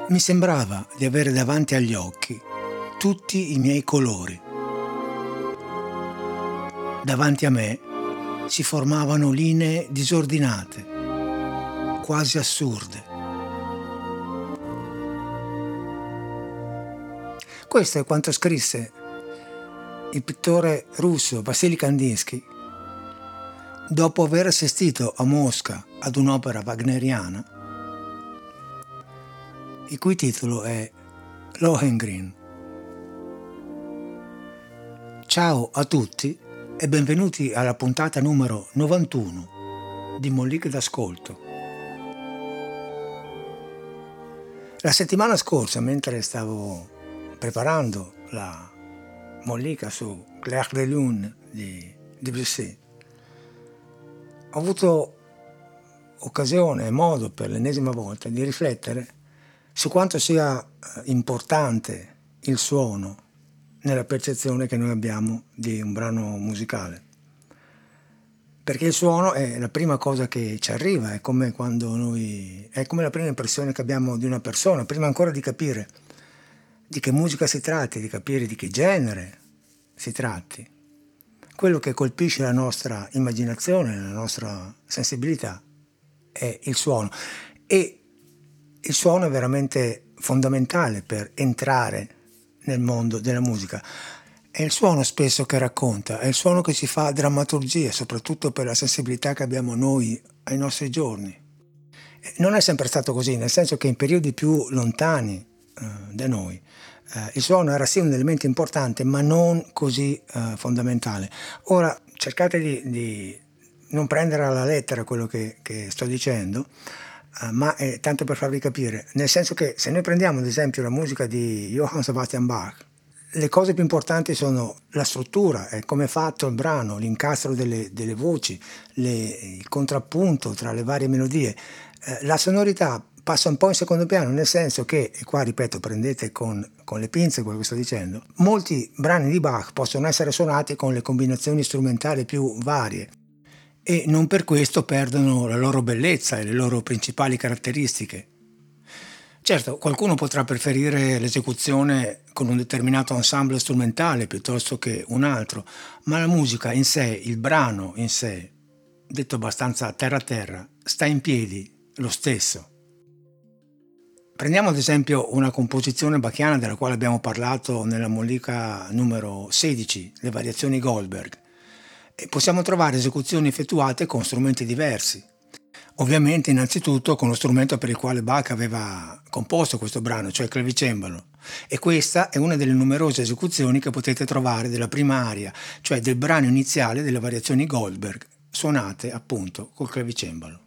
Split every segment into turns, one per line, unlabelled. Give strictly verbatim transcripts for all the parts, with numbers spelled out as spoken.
Mi sembrava di avere davanti agli occhi tutti i miei colori. Davanti a me si formavano linee disordinate, quasi assurde. Questo è quanto scrisse il pittore russo Vassili Kandinsky dopo aver assistito a Mosca ad un'opera wagneriana, il cui titolo è Lohengrin. Ciao a tutti e benvenuti alla puntata numero novantuno di Molliche d'Ascolto. La settimana scorsa, mentre stavo preparando la mollica su Clair de Lune di Debussy, ho avuto occasione e modo per l'ennesima volta di riflettere su quanto sia importante il suono nella percezione che noi abbiamo di un brano musicale, perché il suono è la prima cosa che ci arriva, è come quando noi è come la prima impressione che abbiamo di una persona, prima ancora di capire di che musica si tratti, di capire di che genere si tratti. Quello che colpisce la nostra immaginazione, la nostra sensibilità è il suono, e il suono è veramente fondamentale per entrare nel mondo della musica. È il suono spesso che racconta, è il suono che ci fa drammaturgia, soprattutto per la sensibilità che abbiamo noi ai nostri giorni. Non è sempre stato così, nel senso che in periodi più lontani eh, da noi eh, il suono era sì un elemento importante, ma non così eh, fondamentale. Ora cercate di, di non prendere alla lettera quello che, che sto dicendo, uh, ma è tanto per farvi capire, nel senso che se noi prendiamo ad esempio la musica di Johann Sebastian Bach, le cose più importanti sono la struttura, è come è fatto il brano, l'incastro delle, delle voci, le, il contrappunto tra le varie melodie. Eh, la sonorità passa un po' in secondo piano, nel senso che, e qua ripeto, prendete con, con le pinze quello che sto dicendo, molti brani di Bach possono essere suonati con le combinazioni strumentali più varie e non per questo perdono la loro bellezza e le loro principali caratteristiche. Certo, qualcuno potrà preferire l'esecuzione con un determinato ensemble strumentale piuttosto che un altro, ma la musica in sé, il brano in sé, detto abbastanza terra a terra, sta in piedi lo stesso. Prendiamo ad esempio una composizione bachiana della quale abbiamo parlato nella mollica numero sedici, le variazioni Goldberg, e possiamo trovare esecuzioni effettuate con strumenti diversi. Ovviamente innanzitutto con lo strumento per il quale Bach aveva composto questo brano, cioè il clavicembalo, e questa è una delle numerose esecuzioni che potete trovare della prima aria, cioè del brano iniziale delle variazioni Goldberg, suonate appunto col clavicembalo.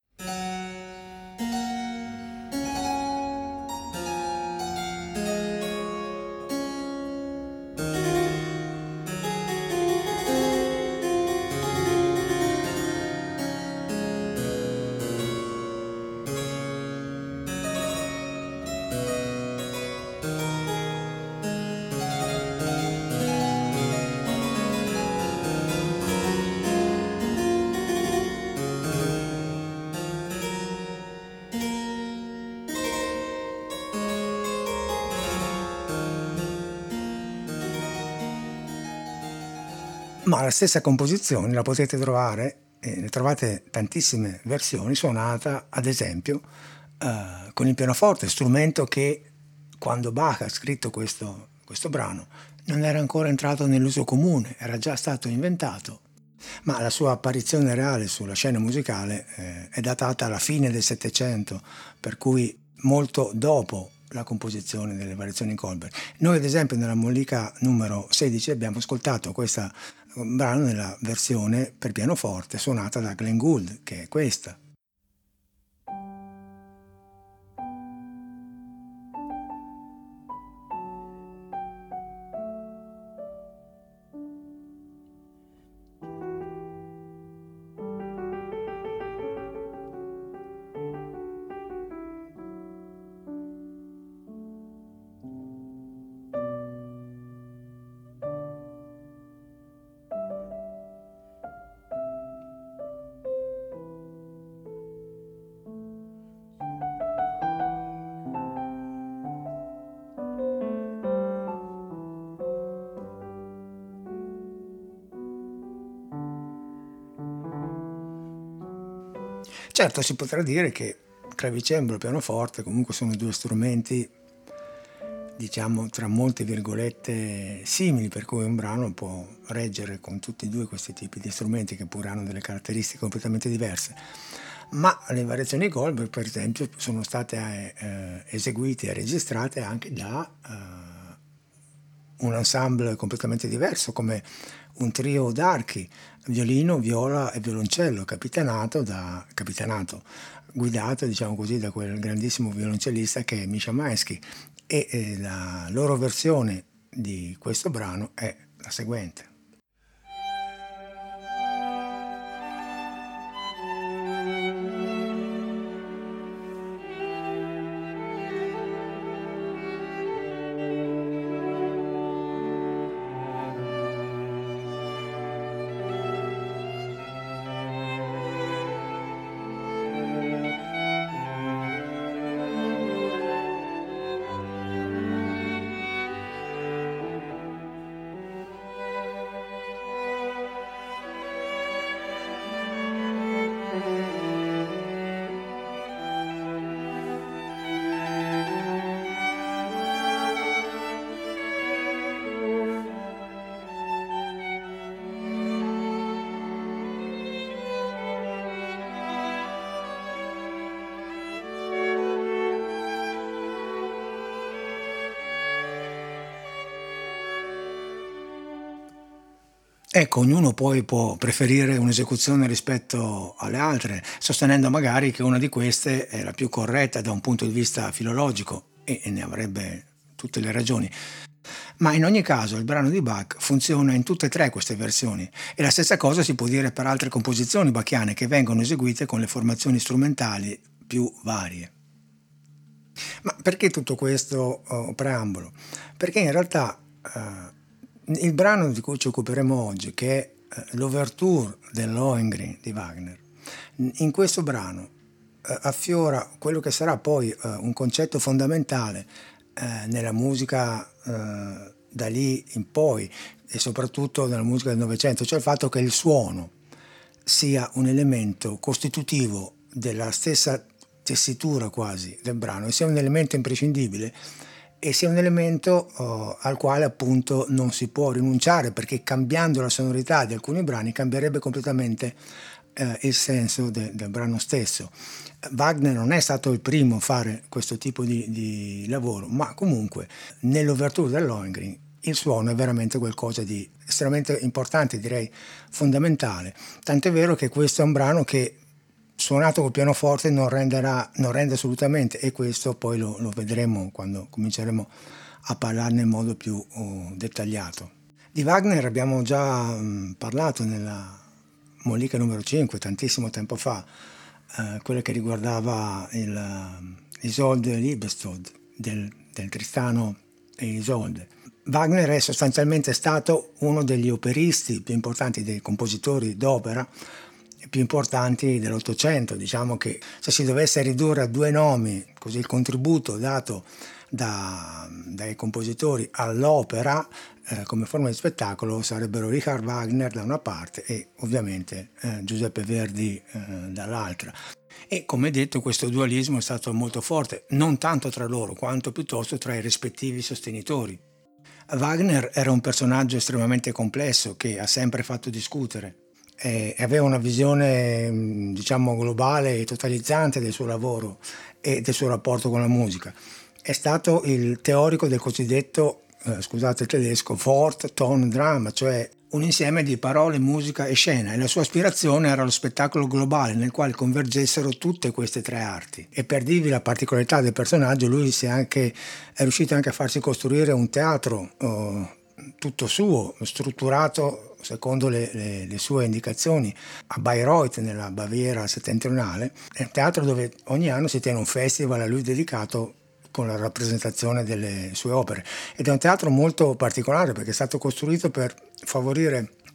Ma la stessa composizione la potete trovare, e ne trovate tantissime versioni, suonata ad esempio eh, con il pianoforte, strumento che quando Bach ha scritto questo, questo brano non era ancora entrato nell'uso comune, era già stato inventato, ma la sua apparizione reale sulla scena musicale eh, è datata alla fine del Settecento, per cui molto dopo la composizione delle variazioni Goldberg. Noi ad esempio nella mollica numero sedici abbiamo ascoltato questo brano nella versione per pianoforte suonata da Glenn Gould, che è questa. Certo, si potrà dire che clavicembalo e pianoforte comunque sono due strumenti, diciamo, tra molte virgolette simili, per cui un brano può reggere con tutti e due questi tipi di strumenti che pure hanno delle caratteristiche completamente diverse. Ma le variazioni di Goldberg, per esempio, sono state eh, eseguite e registrate anche da eh, un ensemble completamente diverso, come un trio d'archi, violino, viola e violoncello, capitanato, da, capitanato guidato, diciamo così, da quel grandissimo violoncellista che è Misha Maesky, e eh, la loro versione di questo brano è la seguente. Ecco, ognuno poi può preferire un'esecuzione rispetto alle altre, sostenendo magari che una di queste è la più corretta da un punto di vista filologico, e ne avrebbe tutte le ragioni. Ma in ogni caso il brano di Bach funziona in tutte e tre queste versioni, e la stessa cosa si può dire per altre composizioni bachiane che vengono eseguite con le formazioni strumentali più varie. Ma perché tutto questo oh, preambolo? Perché in realtà eh, il brano di cui ci occuperemo oggi, che è eh, l'Ouverture del Lohengrin di Wagner, in questo brano eh, affiora quello che sarà poi eh, un concetto fondamentale eh, nella musica eh, da lì in poi, e soprattutto nella musica del Novecento, cioè il fatto che il suono sia un elemento costitutivo della stessa tessitura quasi del brano, e sia un elemento imprescindibile, e sia un elemento uh, al quale appunto non si può rinunciare, perché cambiando la sonorità di alcuni brani cambierebbe completamente uh, il senso de- del brano stesso. Wagner non è stato il primo a fare questo tipo di, di lavoro, ma comunque nell'Ouverture del Lohengrin il suono è veramente qualcosa di estremamente importante, direi fondamentale, tant'è vero che questo è un brano che suonato col pianoforte non renderà, non rende assolutamente, e questo poi lo, lo vedremo quando cominceremo a parlarne in modo più uh, dettagliato. Di Wagner abbiamo già um, parlato nella Mollica numero cinque, tantissimo tempo fa, uh, quella che riguardava il uh, Isolde e Liebestod del, del Tristano e Isolde. Wagner è sostanzialmente stato uno degli operisti più importanti, dei compositori d'opera più importanti dell'Ottocento. Diciamo che se si dovesse ridurre a due nomi così il contributo dato da, dai compositori all'opera eh, come forma di spettacolo sarebbero Richard Wagner da una parte e ovviamente eh, Giuseppe Verdi eh, dall'altra. E come detto, questo dualismo è stato molto forte, non tanto tra loro quanto piuttosto tra i rispettivi sostenitori. Wagner era un personaggio estremamente complesso che ha sempre fatto discutere e aveva una visione, diciamo, globale e totalizzante del suo lavoro e del suo rapporto con la musica. È stato il teorico del cosiddetto, eh, scusate il tedesco, Wort, Ton, Drama, cioè un insieme di parole, musica e scena, e la sua aspirazione era lo spettacolo globale nel quale convergessero tutte queste tre arti. E per dirvi la particolarità del personaggio, lui si è, anche, è riuscito anche a farsi costruire un teatro oh, tutto suo, strutturato secondo le, le, le sue indicazioni a Bayreuth, nella Baviera settentrionale. È un teatro dove ogni anno si tiene un festival a lui dedicato con la rappresentazione delle sue opere, ed è un teatro molto particolare perché è stato costruito per favorire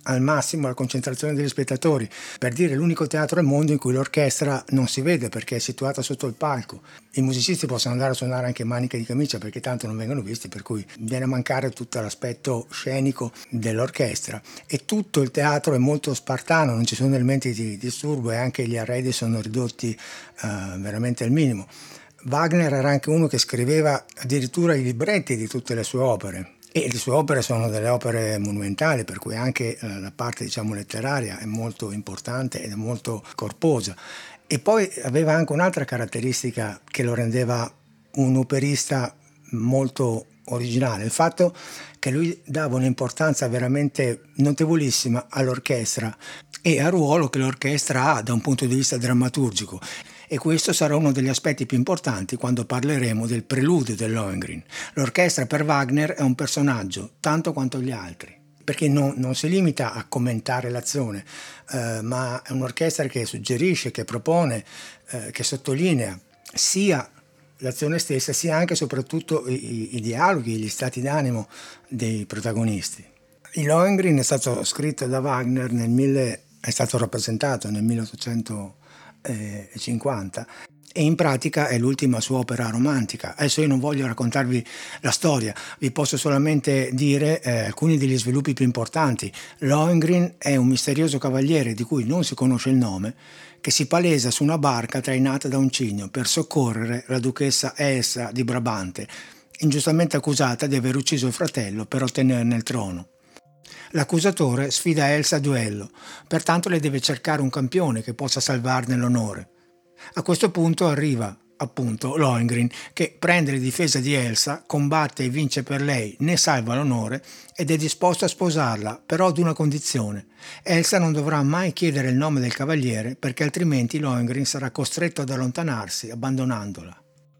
al massimo la concentrazione degli spettatori, per dire l'unico teatro al mondo in cui l'orchestra non si vede perché è situata sotto il palco. I musicisti possono andare a suonare anche manica di camicia perché tanto non vengono visti, per cui viene a mancare tutto l'aspetto scenico dell'orchestra, e tutto il teatro è molto spartano, non ci sono elementi di disturbo e anche gli arredi sono ridotti uh, veramente al minimo. Wagner era anche uno che scriveva addirittura i libretti di tutte le sue opere. E le sue opere sono delle opere monumentali, per cui anche la parte, diciamo, letteraria è molto importante ed è molto corposa. E poi aveva anche un'altra caratteristica che lo rendeva un operista molto originale, il fatto che lui dava un'importanza veramente notevolissima all'orchestra e al ruolo che l'orchestra ha da un punto di vista drammaturgico. E questo sarà uno degli aspetti più importanti quando parleremo del preludio del Lohengrin. L'orchestra per Wagner è un personaggio tanto quanto gli altri, perché non, non si limita a commentare l'azione, eh, ma è un'orchestra che suggerisce, che propone, eh, che sottolinea sia l'azione stessa, sia anche e soprattutto i, i dialoghi, gli stati d'animo dei protagonisti. Il Lohengrin è stato scritto da Wagner nel mille, è stato rappresentato nel milleottocentocinquanta e in pratica è l'ultima sua opera romantica. Adesso io non voglio raccontarvi la storia, vi posso solamente dire eh, alcuni degli sviluppi più importanti. Lohengrin è un misterioso cavaliere di cui non si conosce il nome, che si palesa su una barca trainata da un cigno per soccorrere la duchessa Elsa di Brabante, ingiustamente accusata di aver ucciso il fratello per ottenerne il trono. L'accusatore sfida Elsa a duello, pertanto le deve cercare un campione che possa salvarne l'onore. A questo punto arriva, appunto, Lohengrin, che prende le difese di Elsa, combatte e vince per lei, ne salva l'onore ed è disposto a sposarla, però ad una condizione. Elsa non dovrà mai chiedere il nome del cavaliere perché altrimenti Lohengrin sarà costretto ad allontanarsi, abbandonandola.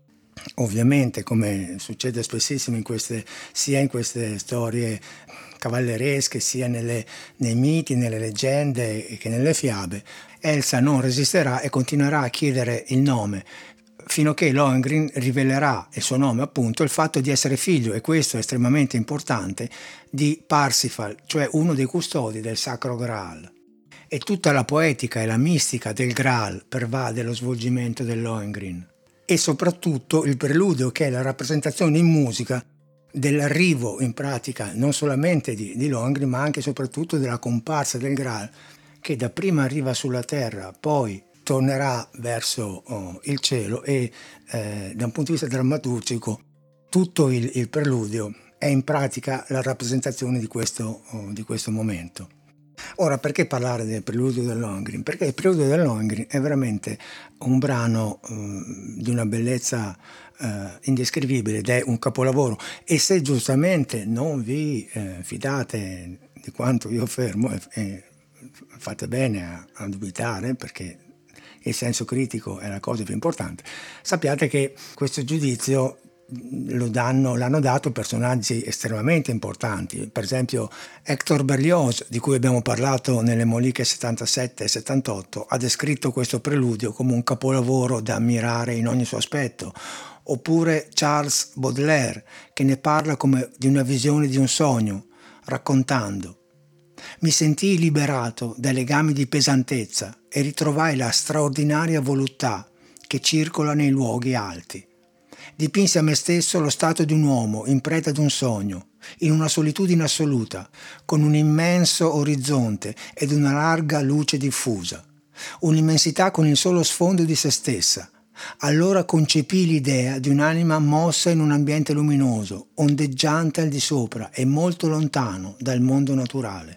Ovviamente, come succede spessissimo in queste, sia in queste storie cavalleresche, sia nelle, nei miti, nelle leggende che nelle fiabe, Elsa non resisterà e continuerà a chiedere il nome, fino a che Lohengrin rivelerà il suo nome, appunto, il fatto di essere figlio, e questo è estremamente importante, di Parsifal, cioè uno dei custodi del Sacro Graal. E tutta la poetica e la mistica del Graal pervade lo svolgimento del Lohengrin. E soprattutto il preludio, che è la rappresentazione in musica dell'arrivo in pratica non solamente di, di Lohengrin, ma anche e soprattutto della comparsa del Graal, che dapprima arriva sulla terra, poi tornerà verso oh, il cielo, e eh, da un punto di vista drammaturgico tutto il, il preludio è in pratica la rappresentazione di questo, oh, di questo momento. Ora, perché parlare del preludio del Lohengrin? Perché il preludio del Lohengrin è veramente un brano eh, di una bellezza eh, indescrivibile ed è un capolavoro, e se giustamente non vi eh, fidate di quanto io affermo, e, e fate bene a, a dubitare, perché il senso critico è la cosa più importante, sappiate che questo giudizio lo danno, l'hanno dato personaggi estremamente importanti. Per esempio Hector Berlioz, di cui abbiamo parlato nelle Moliche settantasette e settantotto, ha descritto questo preludio come un capolavoro da ammirare in ogni suo aspetto. Oppure Charles Baudelaire, che ne parla come di una visione di un sogno, raccontando: mi sentii liberato dai legami di pesantezza e ritrovai la straordinaria voluttà che circola nei luoghi alti. Dipinsi a me stesso lo stato di un uomo in preda ad un sogno, in una solitudine assoluta, con un immenso orizzonte ed una larga luce diffusa, un'immensità con il solo sfondo di se stessa. Allora concepii l'idea di un'anima mossa in un ambiente luminoso, ondeggiante al di sopra e molto lontano dal mondo naturale.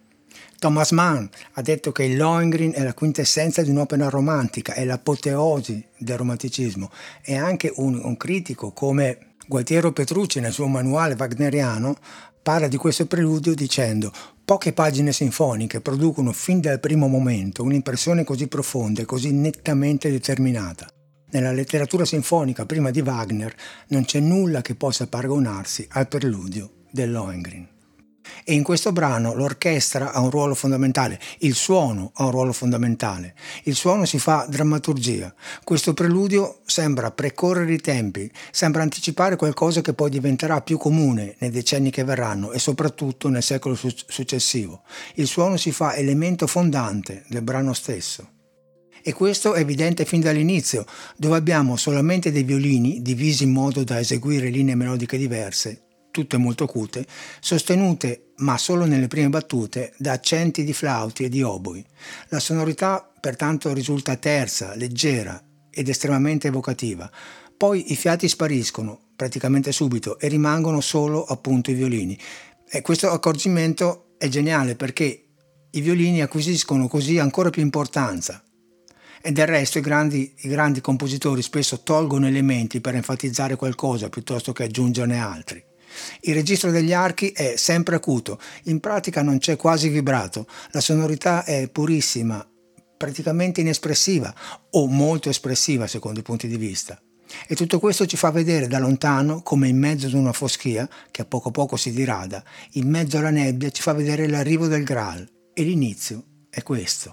Thomas Mann ha detto che il Lohengrin è la quintessenza di un'opera romantica, è l'apoteosi del romanticismo, e anche un, un critico come Gualtiero Petrucci nel suo manuale wagneriano parla di questo preludio dicendo: poche pagine sinfoniche producono fin dal primo momento un'impressione così profonda e così nettamente determinata. Nella letteratura sinfonica prima di Wagner non c'è nulla che possa paragonarsi al preludio del Lohengrin. E in questo brano l'orchestra ha un ruolo fondamentale, il suono ha un ruolo fondamentale. Il suono si fa drammaturgia. Questo preludio sembra precorrere i tempi, sembra anticipare qualcosa che poi diventerà più comune nei decenni che verranno e soprattutto nel secolo successivo. Il suono si fa elemento fondante del brano stesso. E questo è evidente fin dall'inizio, dove abbiamo solamente dei violini divisi in modo da eseguire linee melodiche diverse, tutte molto acute, sostenute, ma solo nelle prime battute, da accenti di flauti e di oboi. La sonorità pertanto risulta tersa, leggera ed estremamente evocativa. Poi i fiati spariscono praticamente subito e rimangono solo appunto i violini. E questo accorgimento è geniale perché i violini acquisiscono così ancora più importanza. E del resto i grandi, i grandi compositori spesso tolgono elementi per enfatizzare qualcosa piuttosto che aggiungerne altri. Il registro degli archi è sempre acuto, in pratica non c'è quasi vibrato, la sonorità è purissima, praticamente inespressiva o molto espressiva secondo i punti di vista. E tutto questo ci fa vedere da lontano come in mezzo ad una foschia, che a poco a poco si dirada, in mezzo alla nebbia ci fa vedere l'arrivo del Graal e l'inizio è questo.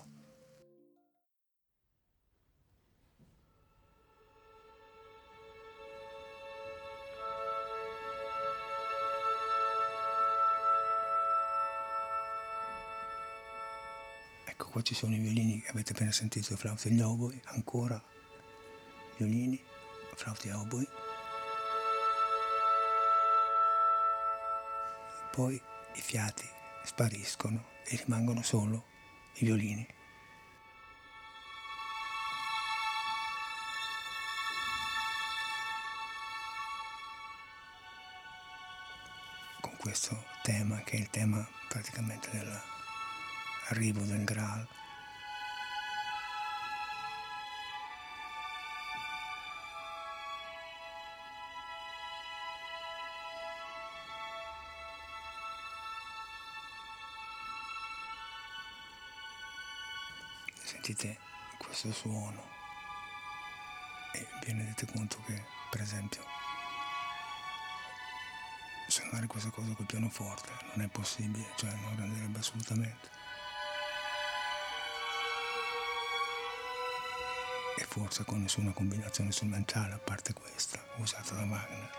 Ecco, qua ci sono i violini che avete appena sentito, i flauti e gli oboi, ancora violini, flauti e oboi. Poi i fiati spariscono e rimangono solo i violini. Con questo tema che è il tema praticamente dell'arrivo del Graal. Sentite questo suono e vi rendete conto che, per esempio, suonare questa cosa col pianoforte non è possibile, cioè non renderebbe assolutamente. E forse con nessuna combinazione strumentale a parte questa usata da Wagner.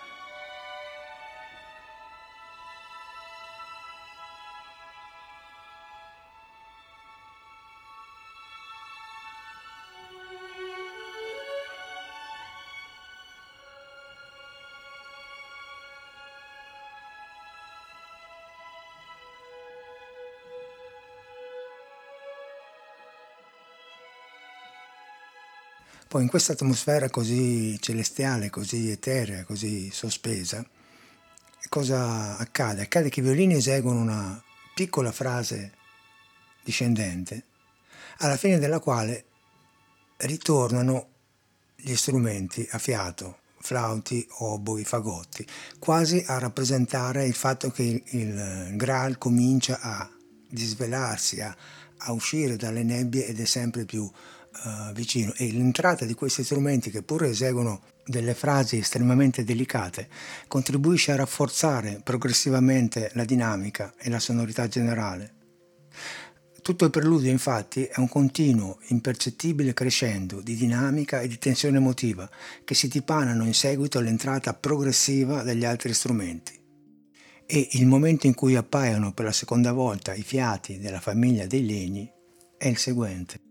Poi in questa atmosfera così celestiale, così eterea, così sospesa, cosa accade? Accade che i violini eseguono una piccola frase discendente, alla fine della quale ritornano gli strumenti a fiato, flauti, oboi, fagotti, quasi a rappresentare il fatto che il, il Graal comincia a disvelarsi, a, a uscire dalle nebbie ed è sempre più uh, vicino. E l'entrata di questi strumenti, che pure eseguono delle frasi estremamente delicate, contribuisce a rafforzare progressivamente la dinamica e la sonorità generale. Tutto il preludio, infatti, è un continuo, impercettibile crescendo di dinamica e di tensione emotiva che si dipanano in seguito all'entrata progressiva degli altri strumenti. E il momento in cui appaiono per la seconda volta i fiati della famiglia dei legni è il seguente.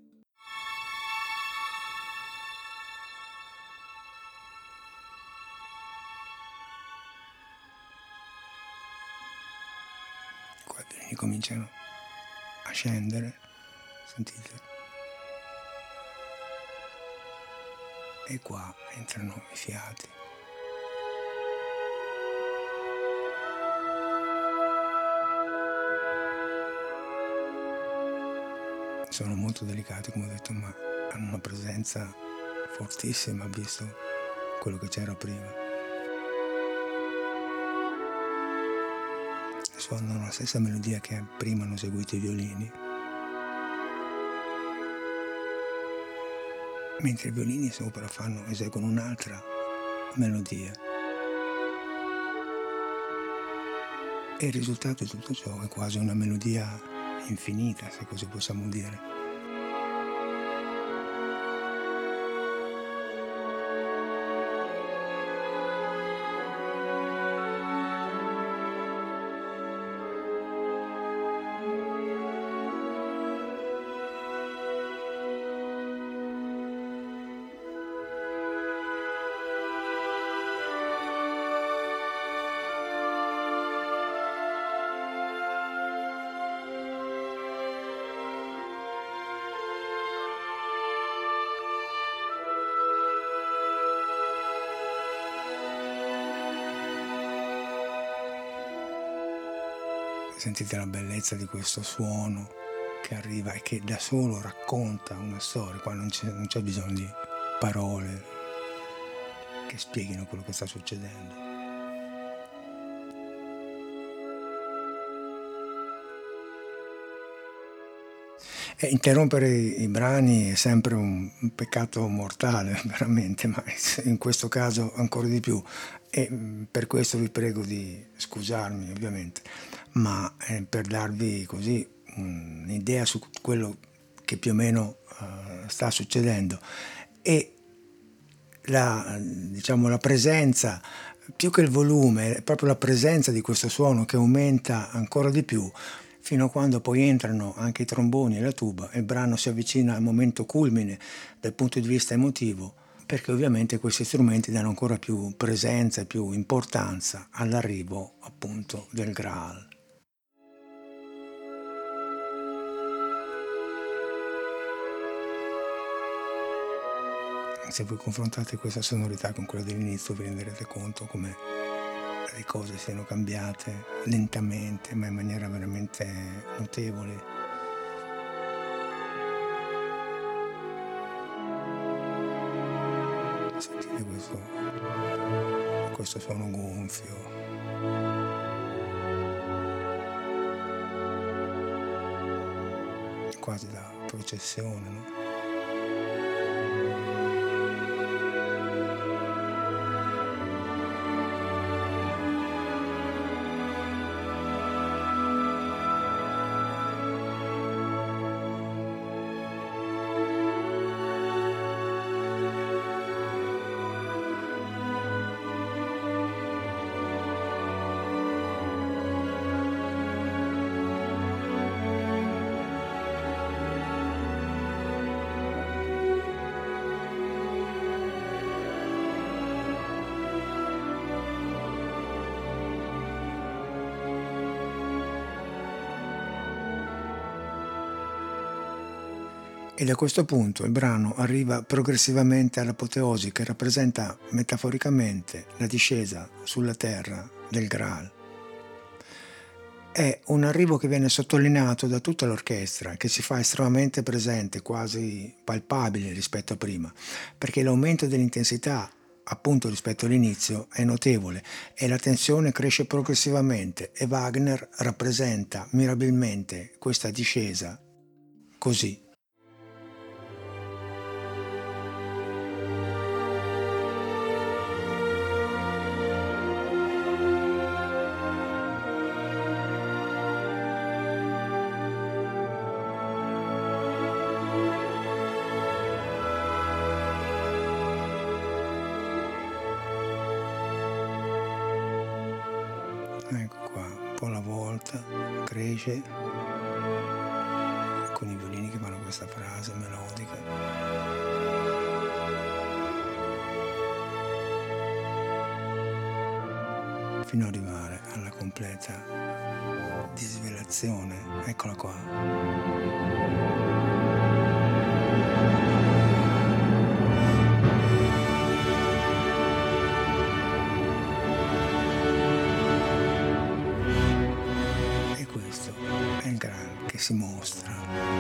Qua i violini cominciano a scendere, sentite? E qua entrano i fiati. Sono molto delicati, come ho detto, ma hanno una presenza fortissima, visto quello che c'era prima. Suonano la stessa melodia che prima hanno eseguito i violini, mentre i violini sopra fanno, eseguono un'altra melodia. E il risultato di tutto ciò è quasi una melodia infinita, se così possiamo dire. Sentite la bellezza di questo suono che arriva e che da solo racconta una storia, qua non c'è, non c'è bisogno di parole che spieghino quello che sta succedendo. E interrompere i brani è sempre un, un peccato mortale, veramente, ma in questo caso ancora di più. E per questo vi prego di scusarmi, ovviamente, ma eh, per darvi così un'idea su quello che più o meno uh, sta succedendo. E la, diciamo, la presenza, più che il volume, è proprio la presenza di questo suono che aumenta ancora di più, fino a quando poi entrano anche i tromboni e la tuba e il brano si avvicina al momento culmine dal punto di vista emotivo, perché ovviamente questi strumenti danno ancora più presenza e più importanza all'arrivo appunto del Graal. Se voi confrontate questa sonorità con quella dell'inizio vi renderete conto come le cose siano cambiate lentamente, ma in maniera veramente notevole. Sentite questo, questo suono gonfio. Quasi da processione, no? E da questo punto il brano arriva progressivamente all'apoteosi che rappresenta metaforicamente la discesa sulla terra del Graal. È un arrivo che viene sottolineato da tutta l'orchestra, che si fa estremamente presente, quasi palpabile rispetto a prima, perché l'aumento dell'intensità appunto rispetto all'inizio è notevole e la tensione cresce progressivamente e Wagner rappresenta mirabilmente questa discesa così. Ecco qua, un po' alla volta, cresce, con i violini che fanno questa frase melodica. Fino ad arrivare alla completa disvelazione, eccola qua. Che si mostra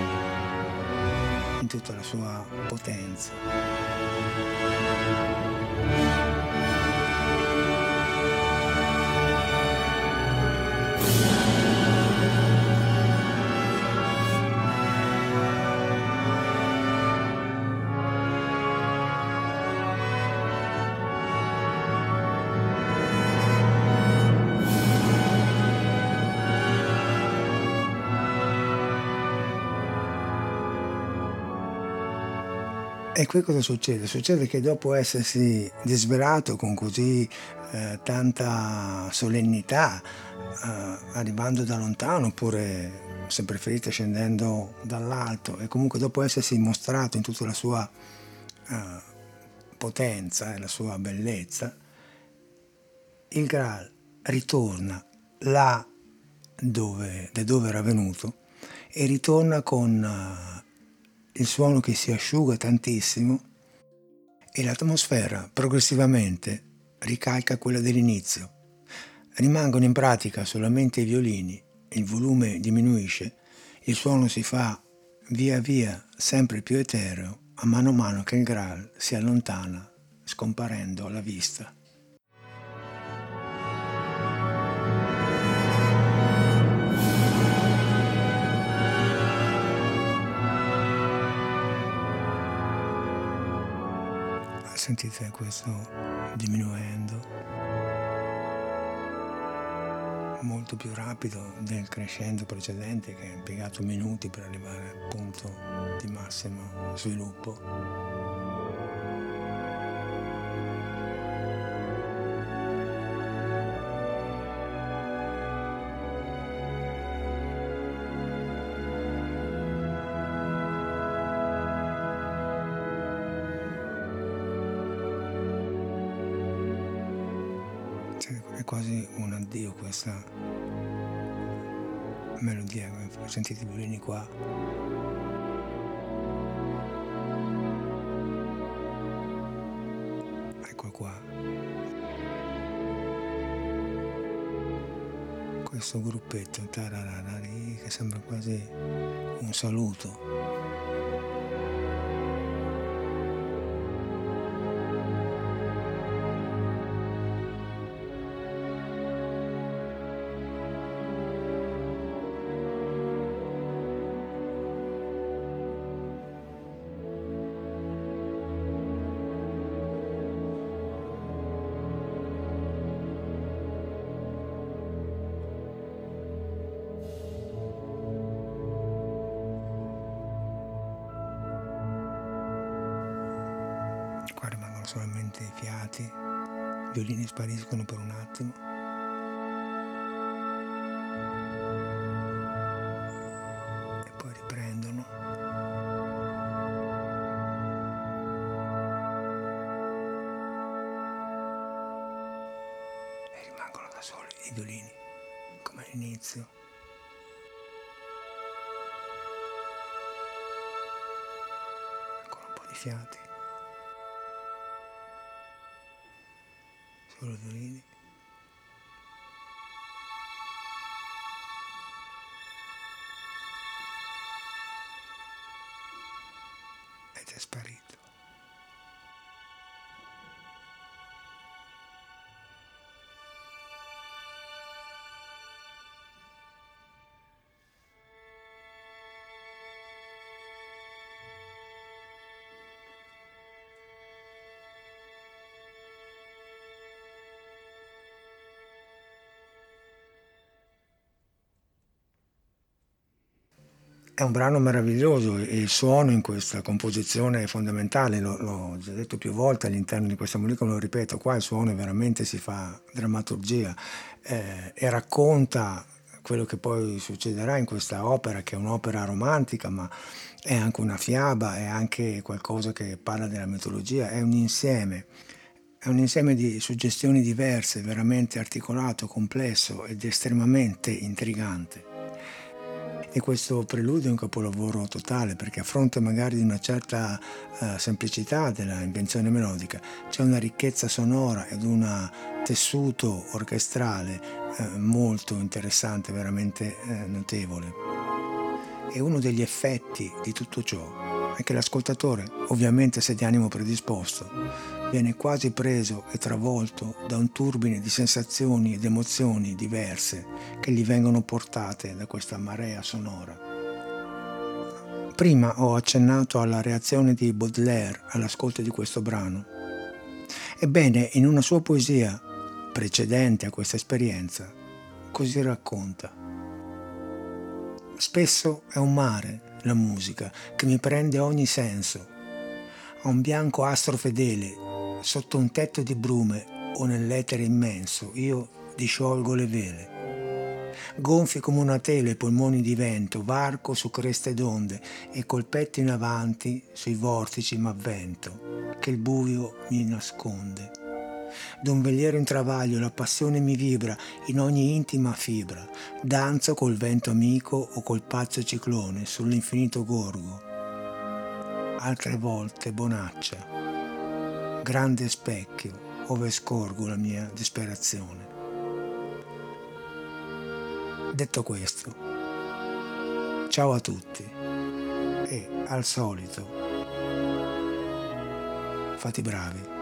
in tutta la sua potenza. E qui cosa succede? Succede che dopo essersi disvelato con così eh, tanta solennità, eh, arrivando da lontano oppure, se preferite, scendendo dall'alto, e comunque dopo essersi mostrato in tutta la sua eh, potenza e la sua bellezza, il Graal ritorna là dove, da dove era venuto, e ritorna con uh, il suono che si asciuga tantissimo, e l'atmosfera progressivamente ricalca quella dell'inizio. Rimangono in pratica solamente i violini, il volume diminuisce, il suono si fa via via sempre più etereo a mano a mano che il Graal si allontana, scomparendo alla vista. Sentite questo diminuendo molto più rapido del crescendo precedente, che ha impiegato minuti per arrivare al punto di massimo sviluppo. È quasi un addio questa melodia. Sentite i violini qua. Ecco qua. Questo gruppetto tarararari, che sembra quasi un saluto. Qua rimangono solamente i fiati, i violini spariscono per un attimo. E poi riprendono. E rimangono da soli i violini, come all'inizio. Ancora un po' di fiati. Solo violini. Ed è sparito. È un brano meraviglioso e il suono in questa composizione è fondamentale, l'ho, l'ho già detto più volte all'interno di questa musica, lo ripeto, qua il suono veramente si fa drammaturgia eh, e racconta quello che poi succederà in questa opera, che è un'opera romantica, ma è anche una fiaba, è anche qualcosa che parla della mitologia, è un insieme. È un insieme di suggestioni diverse, veramente articolato, complesso ed estremamente intrigante. E questo preludio è un capolavoro totale, perché a fronte magari di una certa uh, semplicità della invenzione melodica c'è una ricchezza sonora ed un tessuto orchestrale uh, molto interessante, veramente uh, notevole. E uno degli effetti di tutto ciò è che l'ascoltatore, ovviamente se di animo predisposto, viene quasi preso e travolto da un turbine di sensazioni ed emozioni diverse che gli vengono portate da questa marea sonora. Prima ho accennato alla reazione di Baudelaire all'ascolto di questo brano. Ebbene, in una sua poesia precedente a questa esperienza, così racconta: spesso è un mare, la musica, che mi prende ogni senso. a un bianco astro fedele, sotto un tetto di brume o nell'etere immenso, io disciolgo le vele. Gonfi come una tela i polmoni di vento, varco su creste d'onde e col petto in avanti sui vortici m'avvento, che il buio mi nasconde. D'un veliero in travaglio la passione mi vibra in ogni intima fibra, danzo col vento amico o col pazzo ciclone sull'infinito gorgo. Altre volte bonaccia, grande specchio ove scorgo la mia disperazione. Detto questo, ciao a tutti e al solito fate i bravi.